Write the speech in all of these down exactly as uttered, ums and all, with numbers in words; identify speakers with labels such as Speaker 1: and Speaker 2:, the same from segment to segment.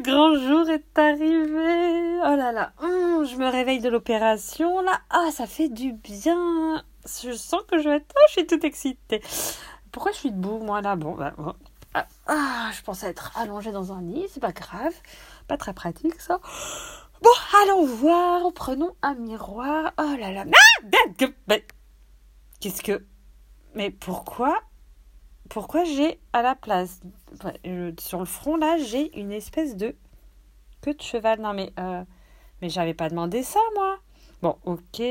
Speaker 1: grand jour est arrivé. Oh là là, hum, je me réveille de l'opération là. Ah, ça fait du bien. Je sens que je vais être... Oh, je suis toute excitée. Pourquoi je suis debout, moi, là? Bon, bah, bon. Ah, ah, je pensais être allongée dans un lit, c'est pas grave. Pas très pratique, ça. Bon, allons voir. Prenons un miroir. Oh là là. Ah, qu'est-ce que... Mais pourquoi... Pourquoi j'ai à la place... Sur le front, là, j'ai une espèce de queue de cheval. Non, mais... Euh, mais j'avais pas demandé ça, moi. Bon, ok...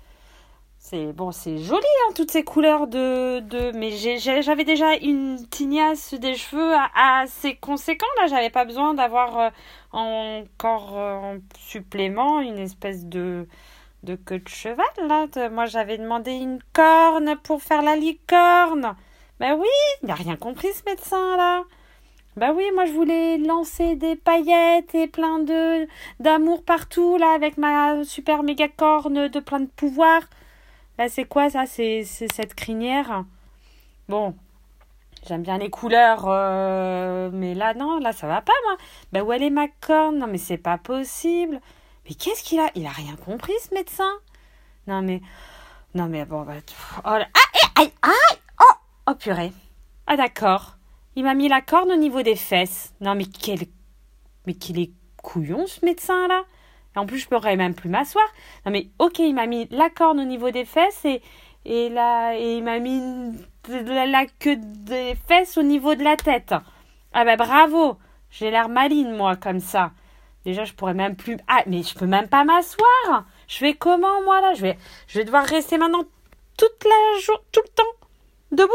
Speaker 1: C'est bon, c'est joli, hein, toutes ces couleurs de... de... Mais j'ai, j'avais déjà une tignasse des cheveux assez conséquent, là. J'avais pas besoin d'avoir euh, encore euh, en supplément une espèce de, de queue de cheval, là. De... Moi, j'avais demandé une corne pour faire la licorne. Ben oui, il n'a rien compris, ce médecin, là. Ben oui, moi, je voulais lancer des paillettes et plein de d'amour partout, là, avec ma super méga corne de plein de pouvoir. Là, c'est quoi ça? C'est, c'est cette crinière. Bon, j'aime bien les couleurs, euh, mais là, non, là, ça va pas, moi. Ben, où elle est ma corne? Non, mais c'est pas possible. Mais qu'est-ce qu'il a? Il a rien compris, ce médecin. Non, mais... Non, mais bon, bah... Oh, là... Ah, aïe, aïe, oh, oh, purée. Ah, d'accord. Il m'a mis la corne au niveau des fesses. Non, mais quel... Mais qu'il est couillon, ce médecin-là. Et en plus, je ne pourrais même plus m'asseoir. Non, mais ok, il m'a mis la corne au niveau des fesses et, et, la, et il m'a mis la, la queue des fesses au niveau de la tête. Ah ben bravo, j'ai l'air maline, moi, comme ça. Déjà, je pourrais même plus... Ah, mais je peux même pas m'asseoir. Je fais comment, moi, là? Je vais, je vais devoir rester maintenant toute la jour, tout le temps debout.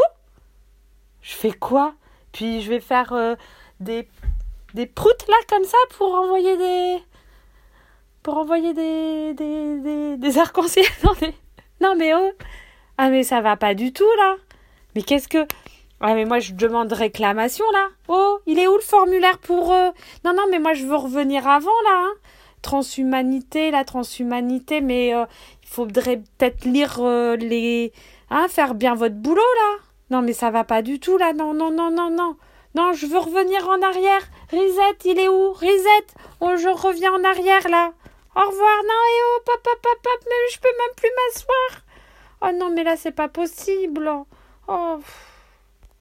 Speaker 1: Je fais quoi? Puis je vais faire euh, des, des proutes, là, comme ça, pour envoyer des... Pour envoyer des, des, des, des arcs-en-ciel. Non mais, non mais oh. Ah mais ça va pas du tout là. Mais qu'est-ce que... Ah mais moi je demande réclamation là. Oh, il est où le formulaire pour... Euh... Non non mais moi je veux revenir avant là. Hein. Transhumanité, la transhumanité. Mais euh, il faudrait peut-être lire euh, les... Hein, faire bien votre boulot là. Non mais ça va pas du tout là. Non non non non non. Non, je veux revenir en arrière. Reset, il est où? Reset. Oh, je reviens en arrière là. Au revoir. Non, et oh, pop, pop, pop, pop, mais je peux même plus m'asseoir. Oh non, mais là, c'est pas possible. Oh.